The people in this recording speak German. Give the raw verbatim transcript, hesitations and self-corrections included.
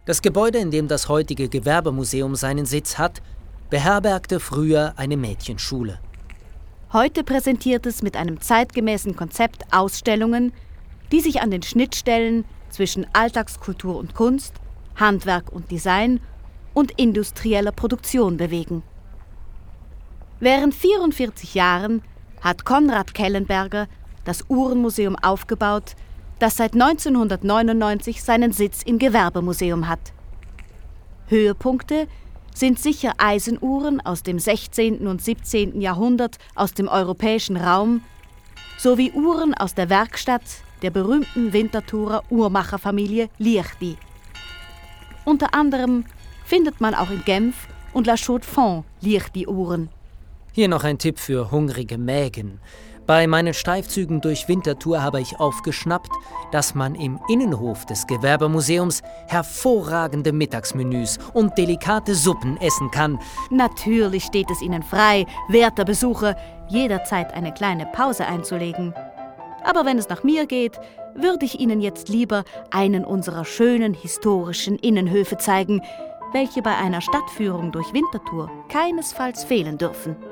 Das Gebäude, in dem das heutige Gewerbemuseum seinen Sitz hat, beherbergte früher eine Mädchenschule. Heute präsentiert es mit einem zeitgemäßen Konzept Ausstellungen, die sich an den Schnittstellen zwischen Alltagskultur und Kunst, Handwerk und Design und industrieller Produktion bewegen. Während vierundvierzig Jahren hat Konrad Kellenberger das Uhrenmuseum aufgebaut, das seit neunzehnhundertneunundneunzig seinen Sitz im Gewerbemuseum hat. Höhepunkte sind sicher Eisenuhren aus dem sechzehnten und siebzehnten Jahrhundert aus dem europäischen Raum sowie Uhren aus der Werkstatt der berühmten Winterthurer Uhrmacherfamilie Liechti. Unter anderem findet man auch in Genf und La Chaux-de-Fonds Liechti-Uhren. Hier noch ein Tipp für hungrige Mägen. Bei meinen Streifzügen durch Winterthur habe ich aufgeschnappt, dass man im Innenhof des Gewerbemuseums hervorragende Mittagsmenüs und delikate Suppen essen kann. Natürlich steht es Ihnen frei, werter Besucher, jederzeit eine kleine Pause einzulegen. Aber wenn es nach mir geht, würde ich Ihnen jetzt lieber einen unserer schönen historischen Innenhöfe zeigen, welche bei einer Stadtführung durch Winterthur keinesfalls fehlen dürfen.